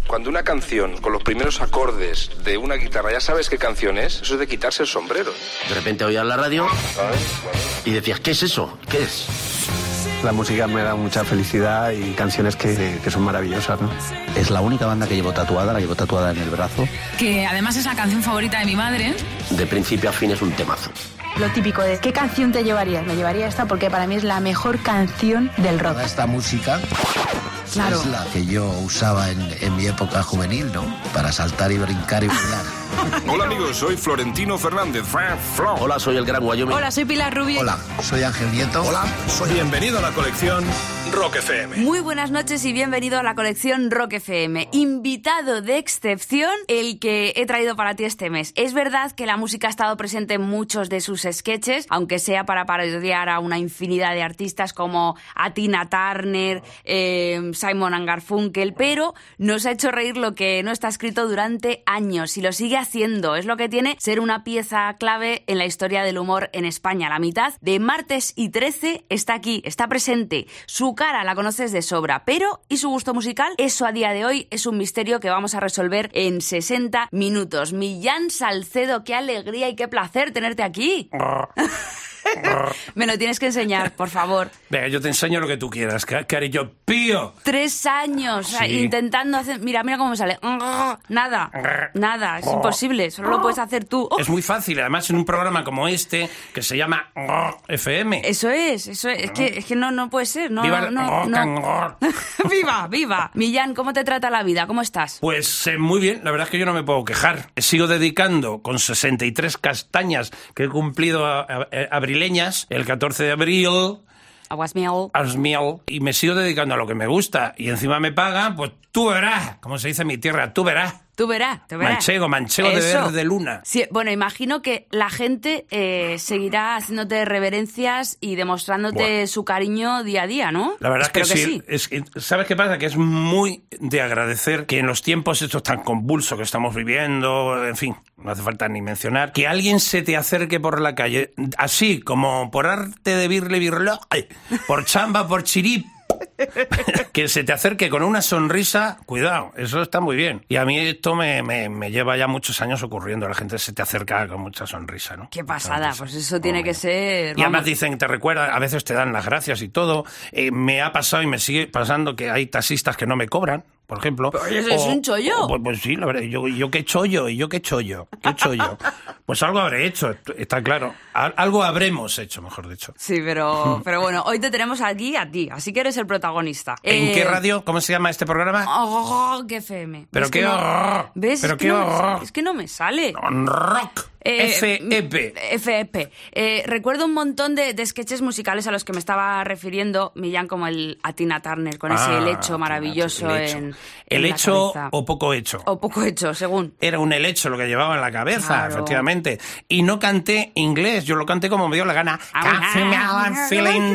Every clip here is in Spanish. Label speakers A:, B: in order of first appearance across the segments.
A: Cuando una canción con los primeros acordes de una guitarra ya sabes qué canción es, eso es de quitarse el sombrero.
B: De repente oías la radio y decías, ¿qué es eso? ¿Qué es?
C: La música me da mucha felicidad y canciones que son maravillosas, ¿no?
D: Es la única banda que llevo tatuada, la llevo tatuada en el brazo.
E: Que además es la canción favorita de mi madre.
B: De principio a fin es un temazo.
F: Lo típico de ¿qué canción te llevarías? Me llevaría esta porque para mí es la mejor canción del rock.
D: Toda esta música
F: Claro.
D: es la que yo usaba en mi época juvenil, ¿no? Para saltar y brincar y bailar.
A: Hola amigos, soy Florentino Fernández.
B: Hola, soy el Gran Wyoming.
F: Hola, soy Pilar Rubio.
D: Hola, soy Ángel Nieto.
G: Hola, soy bienvenido a la colección Rock FM.
H: Muy buenas noches y bienvenido a la colección Rock FM. Invitado de excepción, el que he traído para ti este mes. Es verdad que la música ha estado presente en muchos de sus sketches, aunque sea para parodiar a una infinidad de artistas como a Tina Turner, Simon & Garfunkel, pero nos ha hecho reír lo que no está escrito durante años y lo sigue haciendo. Es lo que tiene ser una pieza clave en la historia del humor en España. La mitad de Martes y 13 está aquí, está presente. Su cara la conoces de sobra, pero ¿y su gusto musical? Eso a día de hoy es un misterio que vamos a resolver en 60 minutos. Millán Salcedo, qué alegría y qué placer tenerte aquí. Me lo tienes que enseñar, por favor.
G: Venga, yo te enseño lo que tú quieras, cariño pío.
H: 3 años
G: Sí.
H: intentando hacer... Mira cómo me sale. Nada, es imposible, solo lo puedes hacer tú.
G: Es muy fácil, además en un programa como este, que se llama FM.
H: Eso es que no puede ser. No,
G: ¡Viva el
H: no.
G: rock and roll!
H: ¡Viva! Millán, ¿cómo te trata la vida? ¿Cómo estás?
G: Pues muy bien, la verdad es que yo no me puedo quejar. Sigo dedicando con 63 castañas que he cumplido abrileñas, el 14 de abril...
H: Aguas miel.
G: Y me sigo dedicando a lo que me gusta. Y encima me pagan, pues tú verás, como se dice en mi tierra, tú verás.
H: Tú verás.
G: Manchego de
H: Eso.
G: verde luna.
H: Sí, bueno, imagino que la gente seguirá haciéndote reverencias y demostrándote su cariño día a día, ¿no?
G: La verdad
H: Espero
G: es que sí. Es que, ¿sabes qué pasa? Que es muy de agradecer que en los tiempos estos tan convulsos que estamos viviendo, en fin, no hace falta ni mencionar, que alguien se te acerque por la calle, así como por arte de birlo, por chamba, por chirip, que se te acerque con una sonrisa, cuidado, eso está muy bien. Y a mí esto me lleva ya muchos años ocurriendo, la gente se te acerca con mucha sonrisa, ¿no?
H: Qué pasada, pues eso tiene que ser...
G: Y además dicen, te recuerda, a veces te dan las gracias y todo. Me ha pasado y me sigue pasando que hay taxistas que no me cobran, por ejemplo.
H: Pero eso es un chollo.
G: Pues sí, la verdad, yo qué chollo, ¿qué chollo? Pues algo habré hecho, está claro. Algo habremos hecho, mejor dicho.
H: Sí, pero bueno, hoy te tenemos aquí a ti, así que eres el protagonista.
G: ¿En qué radio? ¿Cómo se llama este programa?
H: Rock FM.
G: ¿Pero qué horror?
H: ¿Ves?
G: ¿Pero qué horror?
H: Es que no me sale.
G: Rock. FEP.
H: FEP. Recuerdo un montón de sketches musicales a los que me estaba refiriendo Millán, como el a Tina Turner, con ese helecho maravilloso en
G: ¿Helecho
H: la cabeza.
G: o poco hecho?
H: O poco hecho, según.
G: Era un helecho lo que llevaba en la cabeza,
H: Claro.
G: efectivamente. Y no canté inglés, yo lo canté como me dio la gana. I'm feeling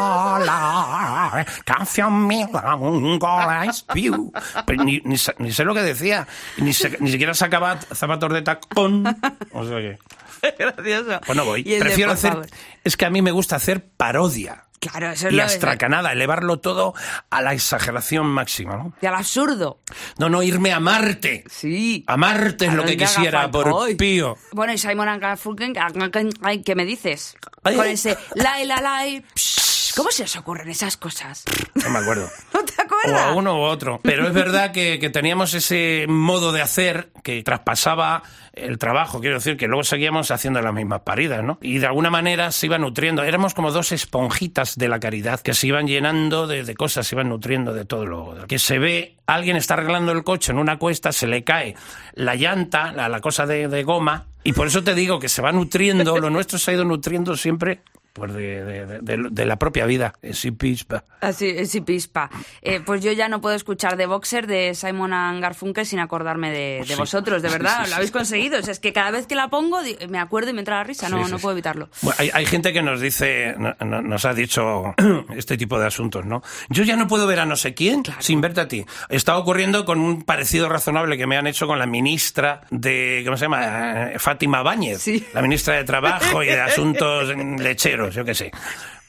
G: dollar. Can't feel me like spew. Pero ni sé lo que decía. Ni siquiera sacaba zapatos de tacón. O sea que...
H: Gracioso.
G: Pues no voy.
H: Y el de,
G: Prefiero
H: por
G: hacer...
H: favor.
G: Es que a mí me gusta hacer parodia.
H: Claro, eso es
G: Y
H: lo
G: astracanada, elevarlo todo a la exageración máxima, ¿no?
H: y al absurdo.
G: No, irme a Marte.
H: Sí.
G: A Marte es lo que
H: donde haga
G: quisiera,
H: falta
G: por
H: hoy.
G: pío.
H: Bueno, y Simon & Garfunkel, ¿qué me dices?
G: Ay.
H: Con ese la. ¿Cómo se os ocurren esas cosas?
G: No me acuerdo.
H: ¿No te
G: O
H: acuerdas?
G: a uno u otro. Pero es verdad que teníamos ese modo de hacer que traspasaba el trabajo. Quiero decir que luego seguíamos haciendo las mismas paridas, ¿no? Y de alguna manera se iba nutriendo. Éramos como dos esponjitas de la caridad que se iban llenando de cosas, se iban nutriendo de todo lo que se ve. Alguien está arreglando el coche en una cuesta, se le cae la llanta, la cosa de goma. Y por eso te digo que se va nutriendo. Lo nuestro se ha ido nutriendo siempre... Pues de la propia vida, es pispa.
H: Así, es pispa. Pues yo ya no puedo escuchar The Boxer de Simon & Garfunkel sin acordarme de vosotros, de verdad,
G: Sí.
H: lo habéis conseguido. O sea, es que cada vez que la pongo me acuerdo y me entra la risa, no puedo evitarlo.
G: Bueno, hay gente que nos dice, nos ha dicho este tipo de asuntos, ¿no? Yo ya no puedo ver a no sé quién sin verte a ti. Está ocurriendo con un parecido razonable que me han hecho con la ministra de, ¿cómo se llama? Fátima Báñez,
H: Sí.
G: la ministra de Trabajo y de Asuntos Lecheros, yo qué sé.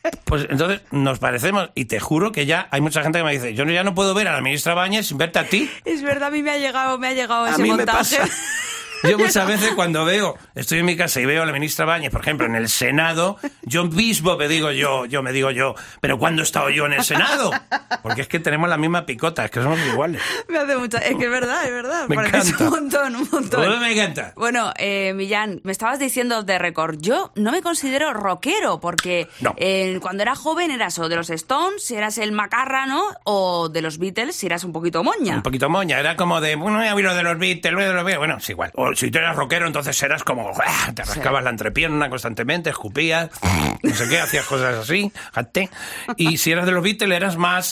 G: Pues entonces nos parecemos y te juro que ya hay mucha gente que me dice, yo ya no puedo ver a la ministra Báñez sin verte a ti.
H: Es verdad, a mí me ha llegado
G: a
H: ese
G: mí
H: montaje.
G: Me pasa. Yo muchas veces cuando estoy en mi casa y veo a la ministra Báñez, por ejemplo, en el Senado, yo mismo me digo yo, pero ¿cuándo he estado yo en el Senado? Porque es que tenemos la misma picota, es que somos iguales.
H: Me hace mucha... Es que es verdad.
G: Me encanta.
H: Un montón.
G: Todo me encanta.
H: Bueno, Millán, me estabas diciendo de récord, yo no me considero rockero, porque
G: no.
H: Cuando era joven eras o de los Stones, si eras el macarra, ¿no? O de los Beatles, si eras un poquito moña.
G: Un poquito moña, era como de, bueno, ya vi lo de los Beatles, bueno, es igual. O si tú eras rockero, entonces eras como, te rascabas la entrepierna constantemente, escupías, no sé qué, hacías cosas así, y si eras de los Beatles eras más,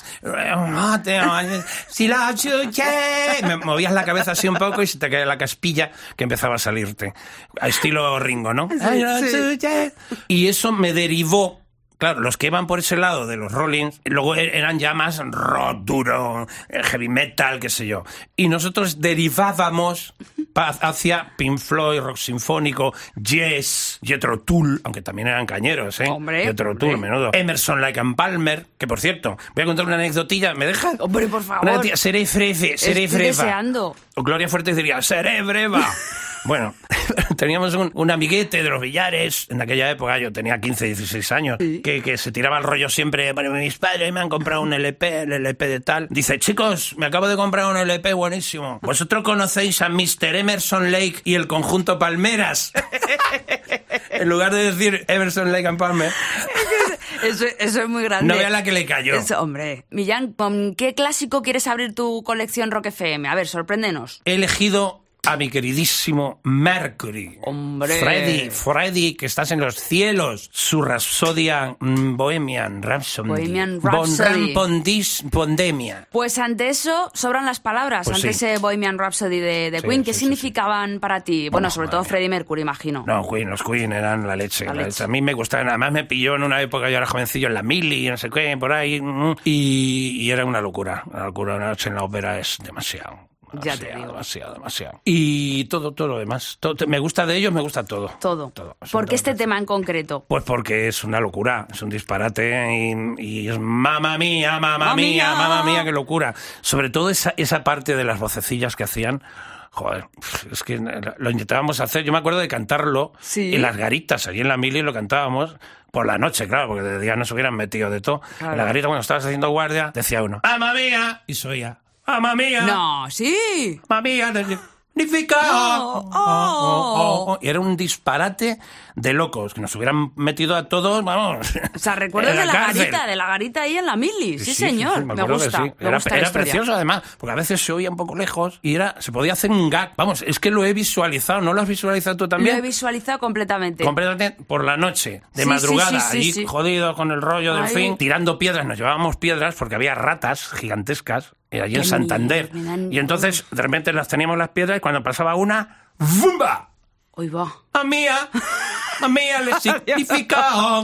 G: si la chuché, me movías la cabeza así un poco y se te caía la caspilla que empezaba a salirte, a estilo Ringo, ¿no?
H: Sí.
G: Y eso me derivó. Claro, los que iban por ese lado de los Rollins, luego eran ya más rock duro, heavy metal, qué sé yo. Y nosotros derivábamos hacia Pink Floyd, rock sinfónico, Yes, Jethro Tull, aunque también eran cañeros, ¿eh?
H: Hombre,
G: Jethro Tull, menudo. Emerson, Lake and Palmer, que por cierto, voy a contar una anecdotilla, ¿me dejas?
H: Hombre, por favor.
G: Seré freva.
H: Estoy deseando.
G: O Gloria Fuertes diría, seré breva. Bueno, teníamos un amiguete de los Villares, en aquella época yo tenía 15, 16 años,
H: sí,
G: que se tiraba el rollo siempre, bueno, mis padres me han comprado un LP, el LP de tal. Dice, chicos, me acabo de comprar un LP buenísimo. ¿Vosotros conocéis a Mr. Emerson Lake y el conjunto Palmeras? En lugar de decir Emerson, Lake and Palmer.
H: Eso es muy grande.
G: No vea la que le cayó.
H: Hombre, Millán, ¿con qué clásico quieres abrir tu colección Rock FM? A ver, sorpréndenos.
G: He elegido a mi queridísimo Mercury.
H: ¡Hombre!
G: Freddie, que estás en los cielos. Su Rhapsodia Bohemian Rhapsody.
H: Bohemian Rhapsody.
G: Pandemia.
H: Pues ante eso sobran las palabras,
G: pues
H: ante
G: sí,
H: ese Bohemian Rhapsody de Queen. ¿Qué significaban para ti? Bueno, sobre todo Freddie Mercury, imagino.
G: No, los Queen eran la leche. A mí me gustaban. Además me pilló en una época, yo era jovencillo, en la Mili, no sé qué, por ahí. Y era una locura. Una noche en la ópera es demasiado.
H: Ya te digo.
G: Demasiado. Y todo lo demás. Me gusta de ellos, me gusta todo.
H: Todo. ¿Por qué este tema en concreto?
G: Pues porque es una locura, es un disparate y es mamá mía, qué locura. Sobre todo esa parte de las vocecillas que hacían. Joder, es que lo intentábamos hacer. Yo me acuerdo de cantarlo en las garitas, allí en la Mili lo cantábamos. Por la noche, claro, porque de día nos hubieran metido de todo. Claro. En la garita, cuando estabas haciendo guardia, decía uno, ¡mamá mía! Y soy ya. ¡Mamá mía!
H: ¡No, sí!
G: ¡Mamá mía! Y era un disparate de locos, que nos hubieran metido a todos, vamos.
H: O sea, recuerdo de la garita ahí en la Mili. Sí, señor.
G: Me gusta. Sí. Era precioso, además, porque a veces se oía un poco lejos y se podía hacer un gag. Vamos, es que lo he visualizado. ¿No lo has visualizado tú también?
H: Lo he visualizado completamente.
G: Completamente por la noche, de madrugada, allí jodidos con el rollo del fin, tirando piedras. Nos llevábamos piedras porque había ratas gigantescas allí en Santander. Y entonces, de repente las teníamos las piedras y cuando pasaba una, ¡vumba!
H: ¡Uy, va!
G: ¡Mamía! Le significa.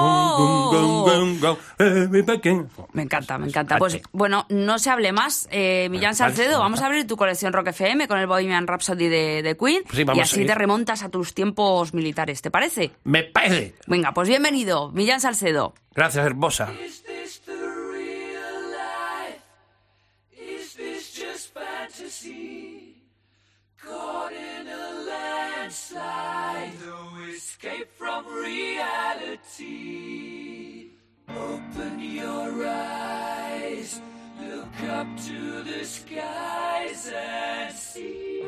H: Me encanta. Pues bueno, no se hable más. Millán Salcedo, vamos a abrir tu colección Rock FM con el Bohemian Rhapsody de Queen.
G: Sí,
H: y así te remontas a tus tiempos militares, ¿te parece?
G: Me parece.
H: Venga, pues bienvenido, Millán Salcedo.
G: Gracias, hermosa.
I: Caught in a landslide, no escape from reality. Open your eyes, look up to the skies and see.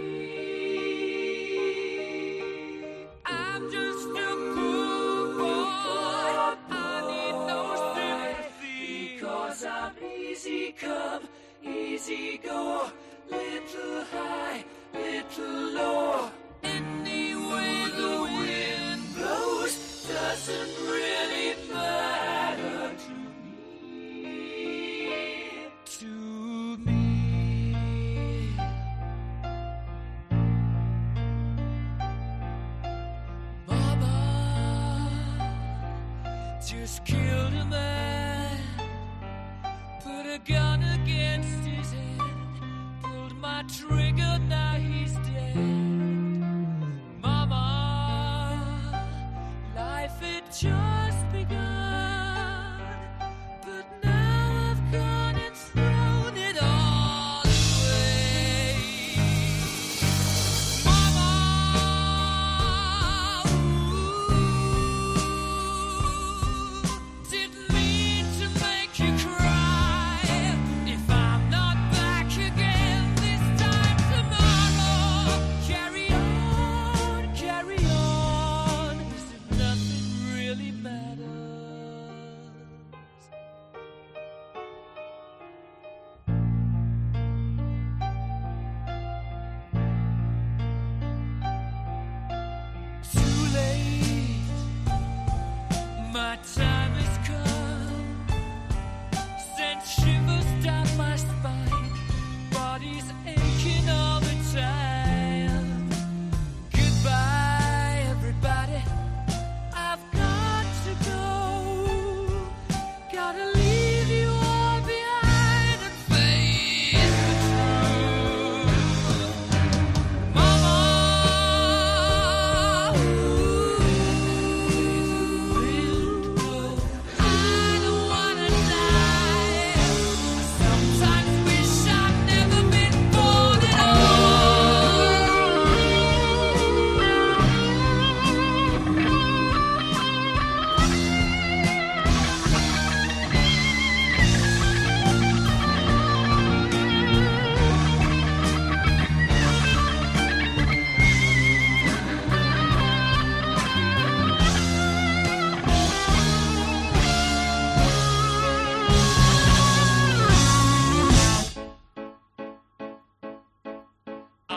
I: I'm just a poor boy, I need no sympathy, 'cause I'm easy come, easy go, little high, little low. Any way the wind blows doesn't really matter to me. Mama just killed a man, put a gun against his head, pulled my trigger, now he's dead. Mama, life had just begun.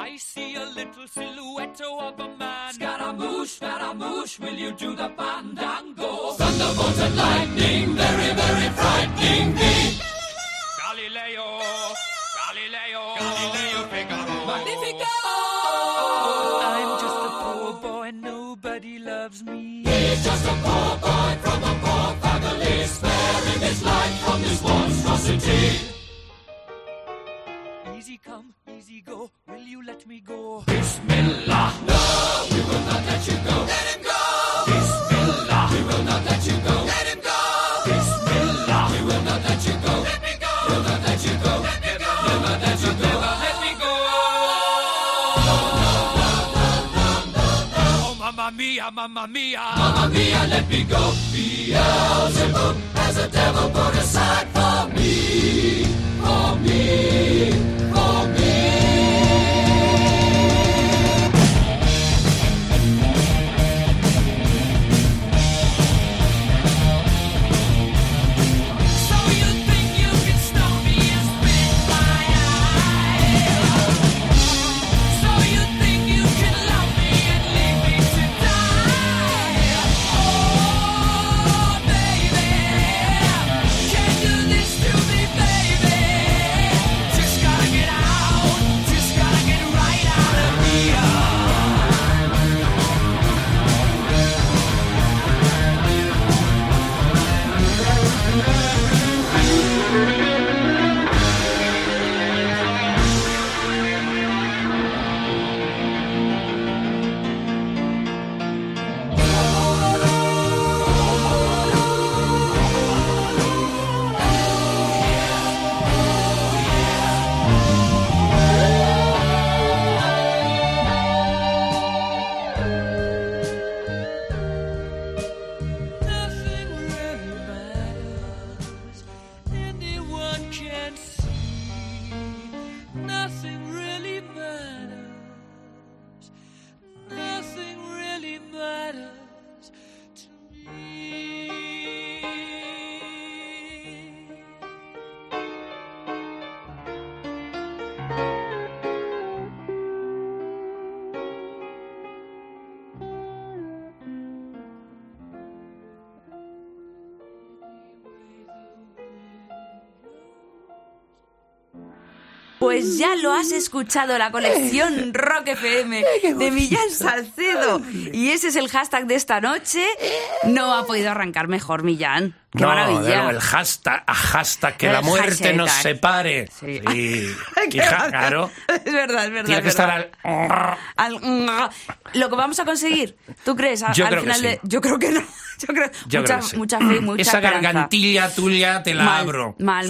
I: I see a little silhouette of a man. Scaramouche, will you do the fandango? Thunderbolt and lightning, very, very frightening me. Galileo, Figaro. Magnifico! I'm just a poor boy, nobody loves me. He's just a poor boy from a poor family, sparing his life from this monstrosity. Easy come, easy go, will you let me go? Bismillah, no, we will not let you go. Let him go! Bismillah, we will not let you go. Let him go! Bismillah, we will not let you go. Let me go! We'll not let you go. Let me go! We'll not let you go. Let me go! Oh, mamma mia, mamma mia. Mamma mia, let me go. Beelzebub has a devil put aside for me. For me. For me.
H: Pues ya lo has escuchado, la colección Rock FM de Millán Salcedo. Y ese es el hashtag de esta noche. No ha podido arrancar mejor, Millán. ¡Qué maravilla!
G: No, el hashtag que la muerte nos separe.
H: Sí.
G: Claro.
H: Es verdad.
G: Tiene que estar
H: Lo que vamos a conseguir, ¿tú crees?
G: Yo
H: al
G: creo
H: final
G: que sí.
H: Yo creo que no. Yo creo que sí. Mucha fe y mucha
G: Esa
H: esperanza.
G: gargantilla tuya te la abro.
H: Mal.
G: Sí.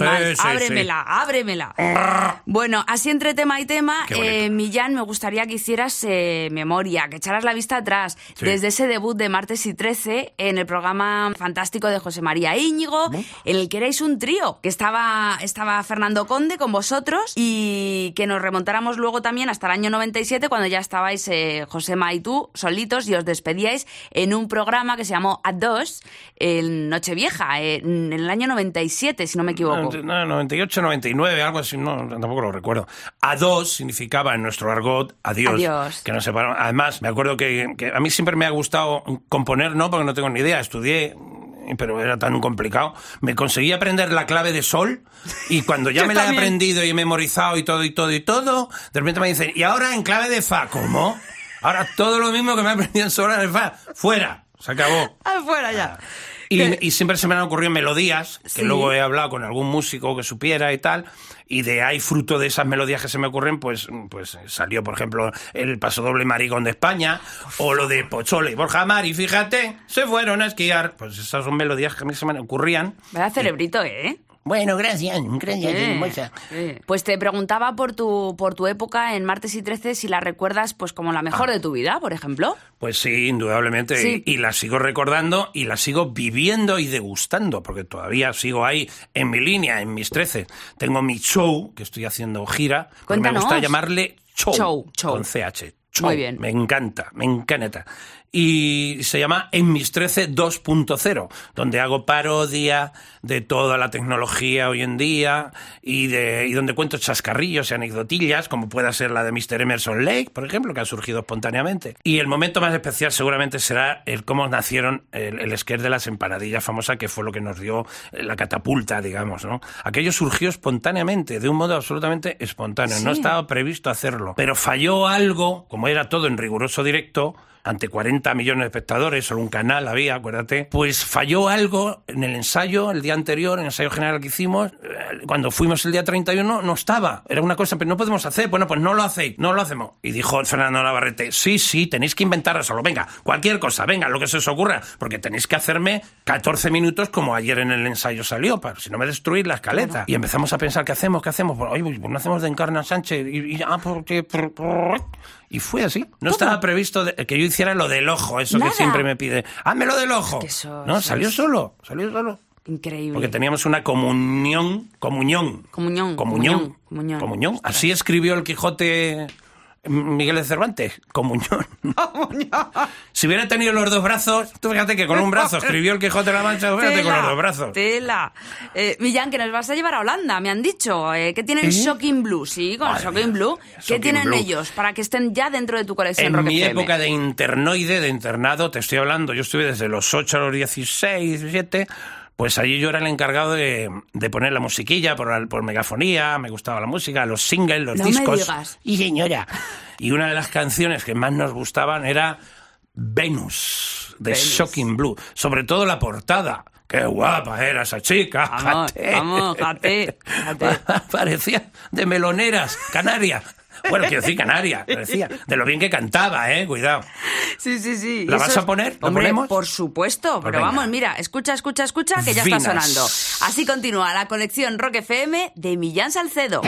H: Ábremela. Bueno, así entre tema y tema,
G: Qué
H: Millán, me gustaría que hicieras memoria, que echaras la vista atrás,
G: Sí.
H: desde ese debut de Martes y 13 en el programa fantástico de José María Íñigo, en el que erais un trío, que estaba Fernando Conde con vosotros, y que nos remontáramos luego también hasta el año 97, cuando ya estabais Josema y tú solitos, y os despedíais en un programa que se llamó A2, en Nochevieja, en el año 97, si no me equivoco.
G: No, 98, 99, algo así, no, tampoco lo recuerdo. A2 significaba en nuestro argot adiós. Que nos separamos. Además, me acuerdo que a mí siempre me ha gustado componer, no, porque no tengo ni idea, estudié, pero era tan complicado. Me conseguí aprender la clave de sol, y cuando ya me la he aprendido y he memorizado y todo, de repente me dicen, y ahora en clave de fa. ¿Cómo? Ahora todo lo mismo que me he aprendido en sol en fa, fuera, se acabó.
H: Fuera ya.
G: Y siempre se me han ocurrido melodías, que luego he hablado con algún músico que supiera y tal, y de ahí, fruto de esas melodías que se me ocurren, pues salió, por ejemplo, el pasodoble Marigón de España, o lo de Pocholo y Borja Mari, fíjate, se fueron a esquiar. Pues esas son melodías que a mí se me ocurrían.
H: Vaya cerebrito, ¿eh?
B: Bueno, gracias, hermosa.
H: Pues te preguntaba por tu época en Martes y 13, si la recuerdas pues como la mejor de tu vida, por ejemplo.
G: Pues sí, indudablemente.
H: Sí.
G: Y la sigo recordando y la sigo viviendo y degustando, porque todavía sigo ahí en mi línea, en mis 13. Tengo mi show, que estoy haciendo gira.
H: Cuéntanos.
G: Me gusta llamarle show.
H: Show.
G: Con CH. Show.
H: Muy bien.
G: Me encanta. y se llama En mis 13 2.0, donde hago parodia de toda la tecnología hoy en día y donde cuento chascarrillos y anecdotillas, como pueda ser la de Mr. Emerson Lake, por ejemplo, que ha surgido espontáneamente. Y el momento más especial seguramente será el cómo nacieron el sketch de las empanadillas famosa, que fue lo que nos dio la catapulta, digamos, ¿no? Aquello surgió espontáneamente, de un modo absolutamente espontáneo. Sí. No estaba previsto hacerlo, pero falló algo, como era todo en riguroso directo, ante 40 millones de espectadores, solo un canal había, acuérdate, pues falló algo en el ensayo, el día anterior, en el ensayo general que hicimos, cuando fuimos el día 31 no estaba, era una cosa, pero no podemos hacer, bueno, pues no lo hacéis, no lo hacemos. Y dijo Fernando Navarrete, sí, tenéis que inventar solo, venga, cualquier cosa, venga, lo que se os ocurra, porque tenéis que hacerme 14 minutos como ayer en el ensayo salió, para si no me destruís la escaleta. Claro. Y empezamos a pensar, ¿qué hacemos? Pues, oye, pues no hacemos de Encarna Sánchez, y fue así. No estaba previsto que yo hiciera lo del ojo, eso nada. Que siempre me pide. ¡Hazme lo del ojo! No, salió solo.
H: Increíble.
G: Porque teníamos una comunión. Así escribió el Quijote Miguel de Cervantes. Comunión. Si hubiera tenido los dos brazos, tú fíjate que con un brazo escribió el Quijote de la Mancha, fíjate con los dos brazos.
H: Tela. Millán, que nos vas a llevar a Holanda, me han dicho. ¿Qué tienen Shocking Blue? Sí, con Shocking Blue. ¿Qué tienen ellos para que estén ya dentro de tu colección Rock
G: FM? En mi
H: FM?
G: época de internoide, de internado, te estoy hablando, yo estuve desde los 8 a los 16, 17... Pues allí yo era el encargado de poner la musiquilla por megafonía, me gustaba la música, los singles, los discos.
H: No me digas.
G: Y señora. Y una de las canciones que más nos gustaban era Venus, de Shocking Blue. Sobre todo la portada. ¡Qué guapa era esa chica!
H: Vamos, jate.
G: Parecía de Meloneras, Canaria. Bueno, quiero decir Canaria, decía. De lo bien que cantaba, cuidado.
H: Sí.
G: ¿La vas a poner? ¿Lo ponemos?
H: Por supuesto, pero vamos, mira, escucha, que ya está sonando. Así continúa la colección Rock FM de Millán Salcedo.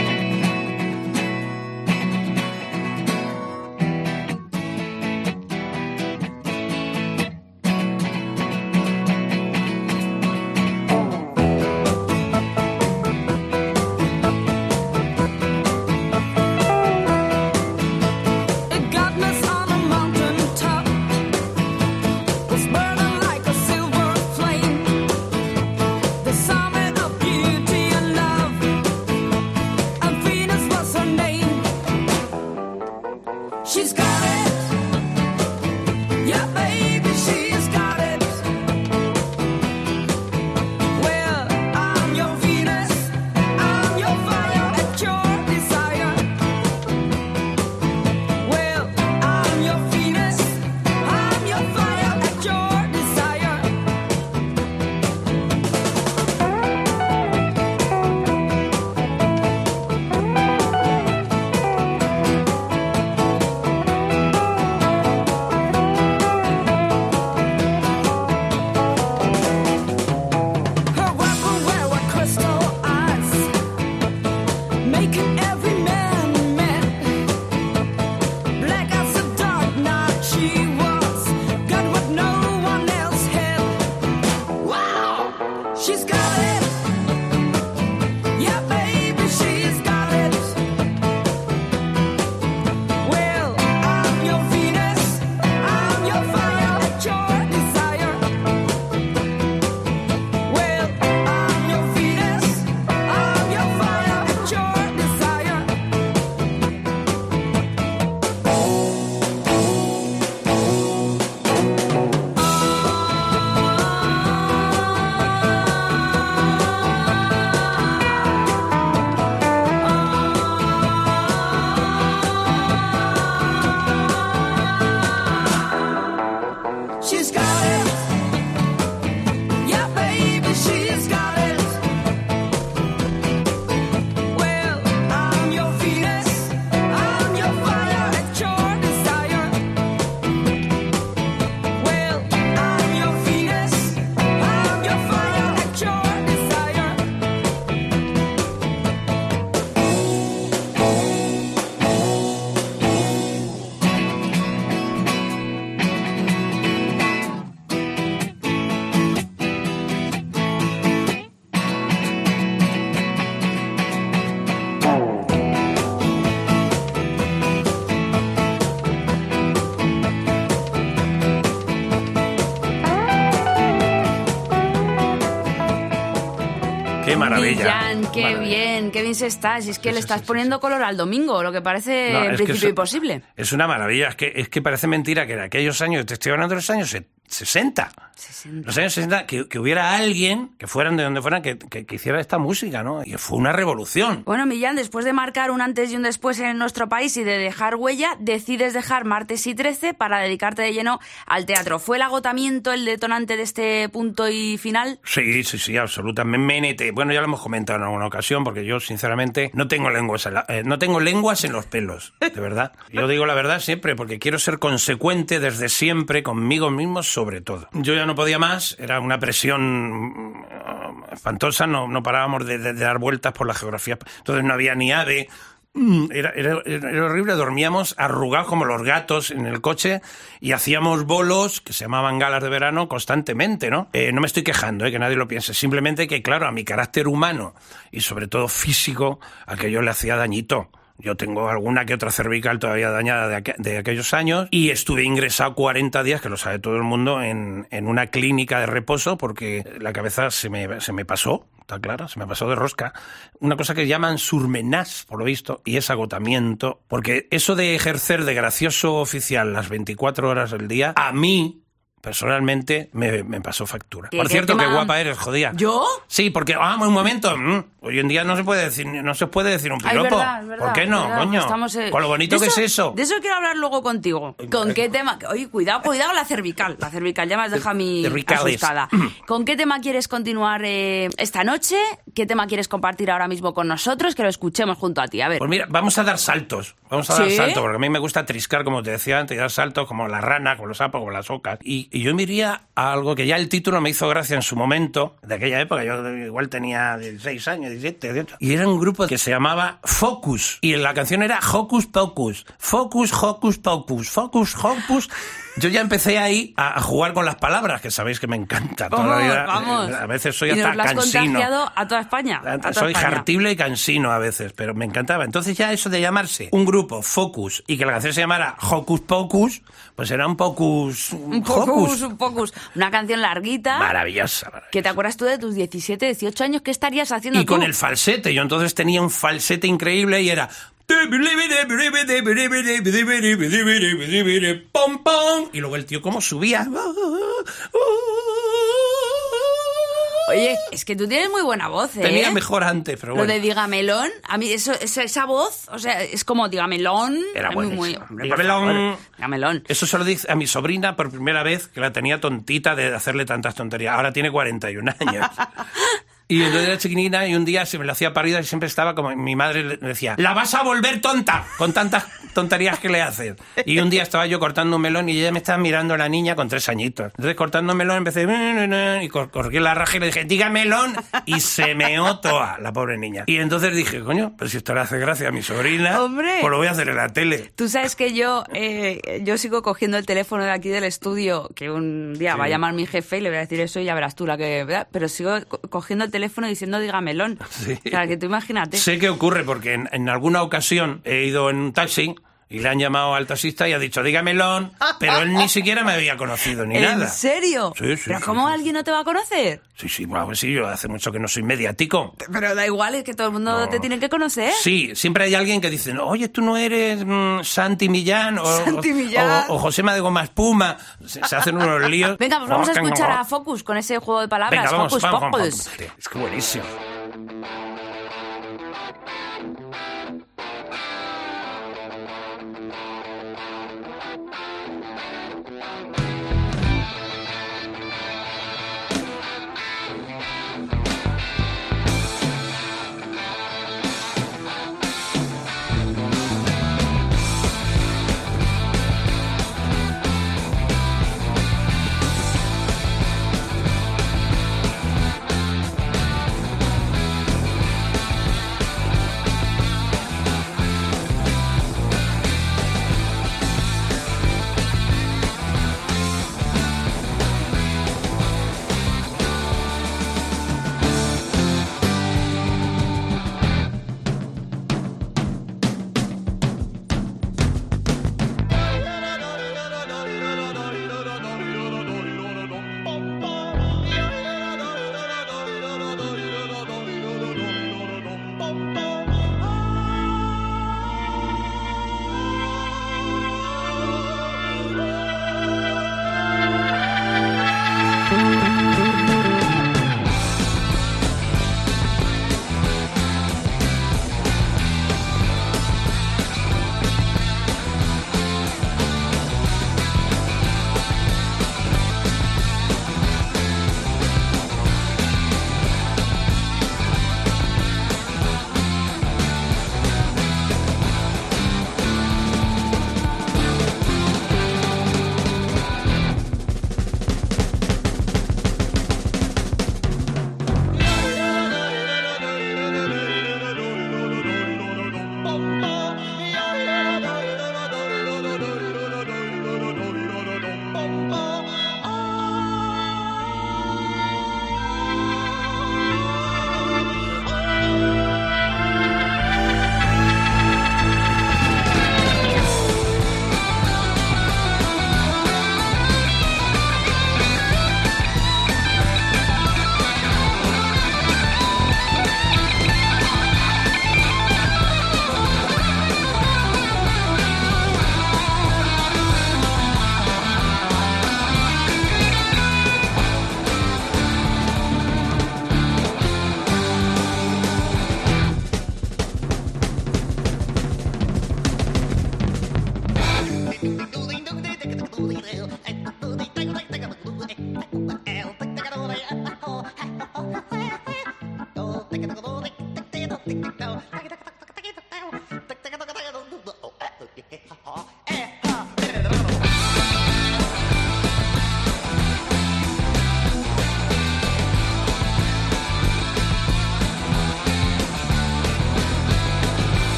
G: ¡Qué maravilla!
H: Millán, qué bien se está. Si es que le estás poniendo color al domingo, lo que parece
G: No,
H: en
G: es que
H: principio imposible.
G: Es una maravilla, es que parece mentira que en aquellos años, te estoy hablando de los años 60. Los años 60, que hubiera alguien, que fueran de donde fueran, que hiciera esta música, ¿no? Y fue una revolución.
H: Bueno, Millán, después de marcar un antes y un después en nuestro país y de dejar huella, decides dejar Martes y 13 para dedicarte de lleno al teatro. ¿Fue el agotamiento el detonante de este punto y final?
G: Sí, absolutamente. Bueno, ya lo hemos comentado en alguna ocasión, porque yo, sinceramente, no tengo lenguas en los pelos, de verdad. Yo digo la verdad siempre, porque quiero ser consecuente desde siempre conmigo mismo, sobre todo. Yo ya no podía más, era una presión espantosa, no parábamos de dar vueltas por la geografía, entonces no había ni AVE. Era horrible, dormíamos arrugados como los gatos en el coche y hacíamos bolos que se llamaban galas de verano constantemente, ¿no? No me estoy quejando, que nadie lo piense, simplemente que, claro, a mi carácter humano y sobre todo físico, aquello le hacía dañito. Yo tengo alguna que otra cervical todavía dañada de aquellos años y estuve ingresado 40 días, que lo sabe todo el mundo, en una clínica de reposo porque la cabeza se me pasó, está claro, se me pasó de rosca. Una cosa que llaman surmenage, por lo visto, y es agotamiento, porque eso de ejercer de gracioso oficial las 24 horas del día, a mí personalmente me pasó factura. Por cierto, qué guapa eres, jodía.
H: ¿Yo?
G: Sí, porque, un momento, hoy en día no se puede decir un piropo.
H: Es verdad,
G: ¿Por qué no, coño? Con lo bonito que es eso.
H: De eso quiero hablar luego contigo. ¿Con qué tema? Oye, cuidado la cervical. La cervical ya me has dejado a mí asustada. ¿Con qué tema quieres continuar esta noche? ¿Qué tema quieres compartir ahora mismo con nosotros? Que lo escuchemos junto a ti, a ver.
G: Pues mira, vamos a dar saltos. Dar saltos, porque a mí me gusta triscar, como te decía antes, y dar saltos como la rana, como los sapos, como las ocas. Y yo me iría a algo que ya el título me hizo gracia en su momento, de aquella época, yo igual tenía 16 años, 17, 18, y era un grupo que se llamaba Focus, y la canción era Hocus Pocus, Focus, Hocus Pocus, Focus, Hocus. Yo ya empecé ahí a jugar con las palabras, que sabéis que me encanta. Toda la vida,
H: vamos.
G: A veces soy
H: y
G: hasta
H: nos lo has
G: cansino.
H: Contagiado a toda España.
G: Soy hartible y cansino a veces, pero me encantaba. Entonces ya eso de llamarse un grupo Focus y que la canción se llamara Hocus Pocus, pues era un Pocus.
H: Un Pocus. Una canción larguita.
G: Maravillosa.
H: ¿Que te acuerdas tú de tus 17, 18 años? ¿Qué estarías haciendo
G: tú? Y con el falsete. Yo entonces tenía un falsete increíble y era... ¡Pom, pom! Y luego el tío cómo subía.
H: Oye, es que tú tienes muy buena voz, ¿eh?
G: Tenía mejor antes, pero bueno.
H: Lo de Dígamelón, a mí esa voz, o sea, es como Dígamelón.
G: Era bueno.
H: Dígamelón.
G: Eso se lo dice a mi sobrina por primera vez, que la tenía tontita de hacerle tantas tonterías. Ahora tiene 41 años. Y entonces era chiquinina y un día se me la hacía parida y siempre estaba como... Mi madre le decía, ¡la vas a volver tonta! Con tantas tonterías que le haces. Y un día estaba yo cortando un melón y ella me estaba mirando la niña con 3 añitos. Entonces cortando un melón empecé... Y corrí la raja y le dije, ¡diga melón! Y se meó toda la pobre niña. Y entonces dije, coño, pero si esto le hace gracia a mi sobrina,
H: ¡hombre!
G: Pues lo voy a hacer en la tele.
H: Tú sabes que yo sigo cogiendo el teléfono de aquí del estudio, que un día va a llamar mi jefe y le voy a decir eso y ya verás tú la que... ¿verdad? Pero sigo cogiendo el teléfono diciendo Dígamelón.
G: Sí.
H: O sea, que tú imagínate.
G: Sé que ocurre porque en alguna ocasión he ido en un taxi y le han llamado al taxista y ha dicho Dígamelón, pero él ni siquiera me había conocido ni nada.
H: ¿En serio?
G: Sí.
H: ¿Pero cómo alguien no te va a conocer?
G: Sí, bueno, sí, yo hace mucho que no soy mediático.
H: Pero da igual, es que todo el mundo te tiene que conocer.
G: Sí, siempre hay alguien que dice, oye, tú no eres Santi Millán o Josema de Goma Espuma. Se hacen unos líos.
H: Venga, pues vamos a escuchar a Focus con ese juego de palabras.
G: Venga, vamos,
H: Focus.
G: Vamos. Es que buenísimo.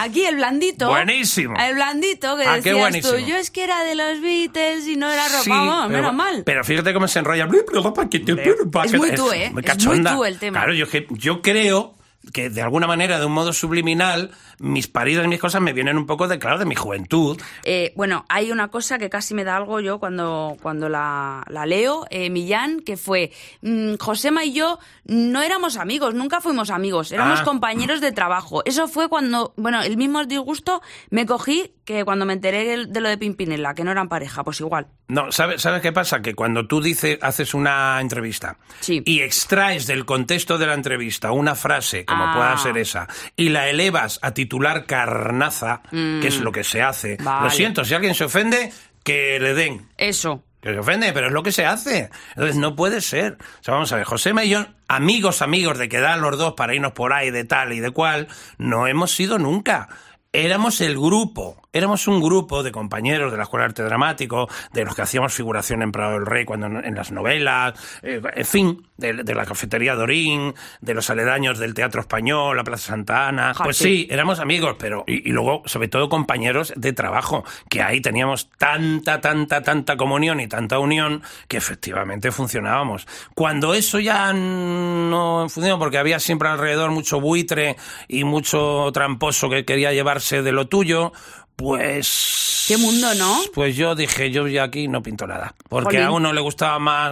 H: Aquí el blandito.
G: Buenísimo.
H: El blandito que
G: qué
H: decías
G: buenísimo.
H: tú. Yo es que era de los Beatles y no era ropa.
G: Sí,
H: Vamos, menos mal.
G: Pero fíjate cómo se enrolla.
H: Es muy tú, ¿eh?
G: Muy
H: Es
G: cachonda.
H: muy tú el tema.
G: Claro, yo creo que de alguna manera, de un modo subliminal, mis paridas y mis cosas me vienen un poco de mi juventud.
H: Bueno, hay una cosa que casi me da algo yo cuando la leo, Millán, que fue, Josema y yo no éramos amigos, nunca fuimos amigos, éramos compañeros de trabajo. Eso fue cuando, el mismo disgusto me cogí que cuando me enteré de lo de Pimpinela, que no eran pareja, pues igual.
G: No, ¿sabes qué pasa? Que cuando tú haces una entrevista y extraes del contexto de la entrevista una frase, como pueda ser esa, y la elevas a titular carnaza, que es lo que se hace.
H: Vale.
G: Lo siento, si alguien se ofende, que le den.
H: Eso.
G: Que se ofende, pero es lo que se hace. Entonces no puede ser. O sea, vamos a ver, Josema y yo, amigos de quedar los dos para irnos por ahí de tal y de cual, no hemos sido nunca. Éramos un grupo de compañeros de la Escuela de Arte Dramático, de los que hacíamos figuración en Prado del Rey cuando en las novelas, en fin, de la Cafetería Dorín, de los aledaños del Teatro Español, la Plaza Santa Ana. Pues sí, éramos amigos, pero y luego, sobre todo, compañeros de trabajo, que ahí teníamos tanta comunión y tanta unión que efectivamente funcionábamos. Cuando eso ya no funcionó, porque había siempre alrededor mucho buitre y mucho tramposo que quería llevarse de lo tuyo, pues...
H: Qué mundo, ¿no?
G: Pues yo dije, yo ya aquí no pinto nada. Porque a uno le gustaba más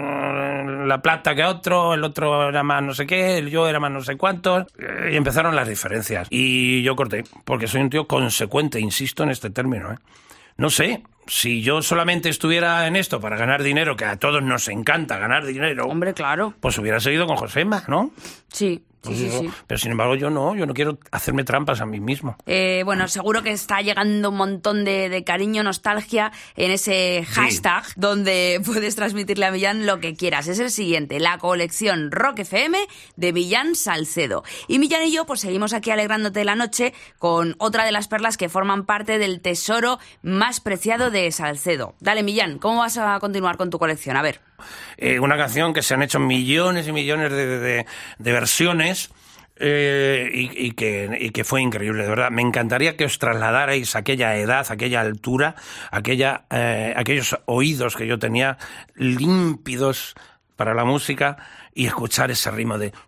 G: la plata que a otro, el otro era más no sé qué, yo era más no sé cuántos, y empezaron las diferencias. Y yo corté, porque soy un tío consecuente, insisto en este término, ¿eh? No sé, si yo solamente estuviera en esto para ganar dinero, que a todos nos encanta ganar dinero...
H: Hombre, claro.
G: Pues hubiera seguido con Josema, ¿no?
H: Sí. Sí.
G: Pero sin embargo yo no quiero hacerme trampas a mí mismo.
H: Bueno, seguro que está llegando un montón de cariño, nostalgia en ese hashtag donde puedes transmitirle a Millán lo que quieras. Es el siguiente, la colección Rock FM de Millán Salcedo. Y Millán y yo pues seguimos aquí alegrándote la noche con otra de las perlas que forman parte del tesoro más preciado de Salcedo. Dale, Millán, ¿cómo vas a continuar con tu colección? A ver.
G: Una canción que se han hecho millones y millones de versiones y que fue increíble, de verdad. Me encantaría que os trasladarais a aquella edad, a aquella altura, aquellos oídos que yo tenía límpidos para la música y escuchar ese ritmo de...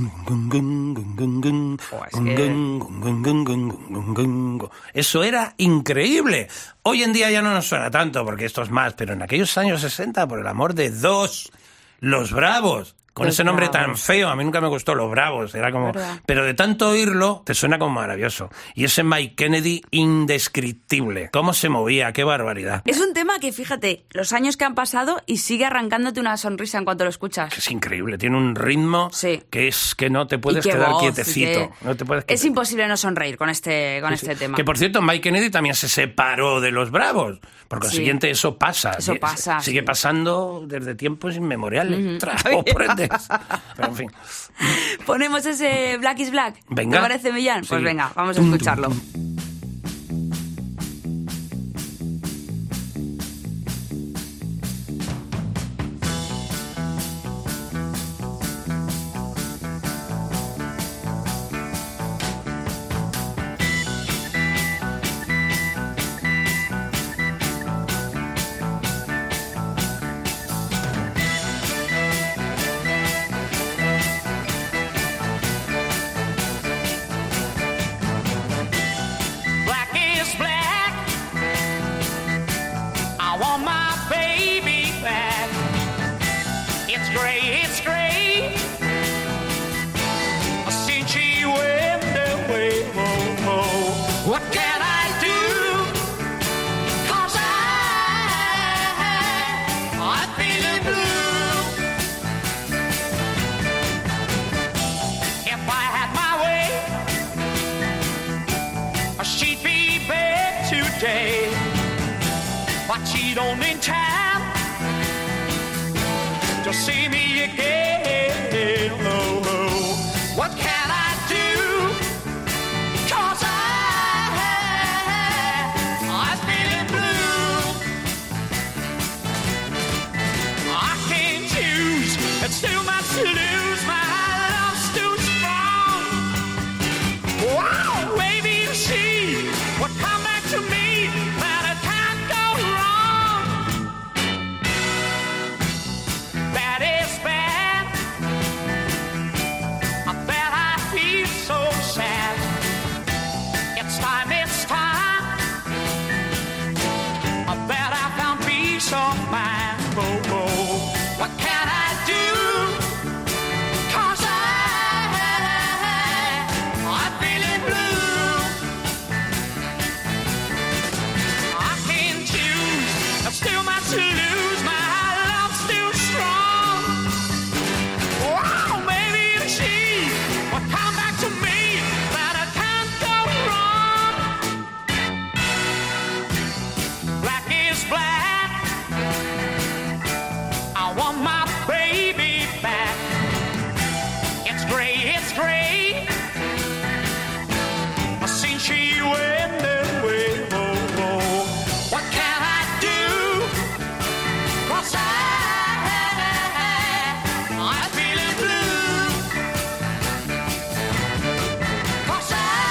G: Eso era increíble. Hoy en día ya no nos suena tanto porque esto es más, pero en aquellos años 60, por el amor de Dios, Los Bravos. Con ese nombre tan feo, a mí nunca me gustó, Los Bravos, era como... ¿verdad? Pero de tanto oírlo, te suena como maravilloso. Y ese Mike Kennedy, indescriptible. Cómo se movía, qué barbaridad.
H: Es un tema que, fíjate, los años que han pasado y sigue arrancándote una sonrisa en cuanto lo escuchas.
G: Es increíble, tiene un ritmo que es que no te puedes quedar quietecito. No te puedes quedar.
H: Es imposible no sonreír con este tema.
G: Que, por cierto, Mike Kennedy también se separó de Los Bravos. Por consiguiente, eso pasa.
H: Eso pasa.
G: Sigue pasando desde tiempos inmemoriales. Pero en fin.
H: Ponemos ese Black is Black.
G: Venga.
H: ¿Te parece, Millán?
G: Sí.
H: Pues venga, vamos a escucharlo.
I: But she don't in time to see me again. Oh, oh. What can I do? 'Cause I'm feeling blue. I can't choose. It's too much to lose. My love's too strong. Wow, baby, she It's time that I found peace of mind. Oh, oh. What can I do? 'Cause I'm feeling blue. I can't choose, I've still much to lose. My love's still strong. Wow, maybe if she would come back to me, that I can't go wrong. Black is black. I want my baby back. It's gray, it's gray. Since she went away, oh, oh. What can I do? 'Cause I'm feeling blue. 'Cause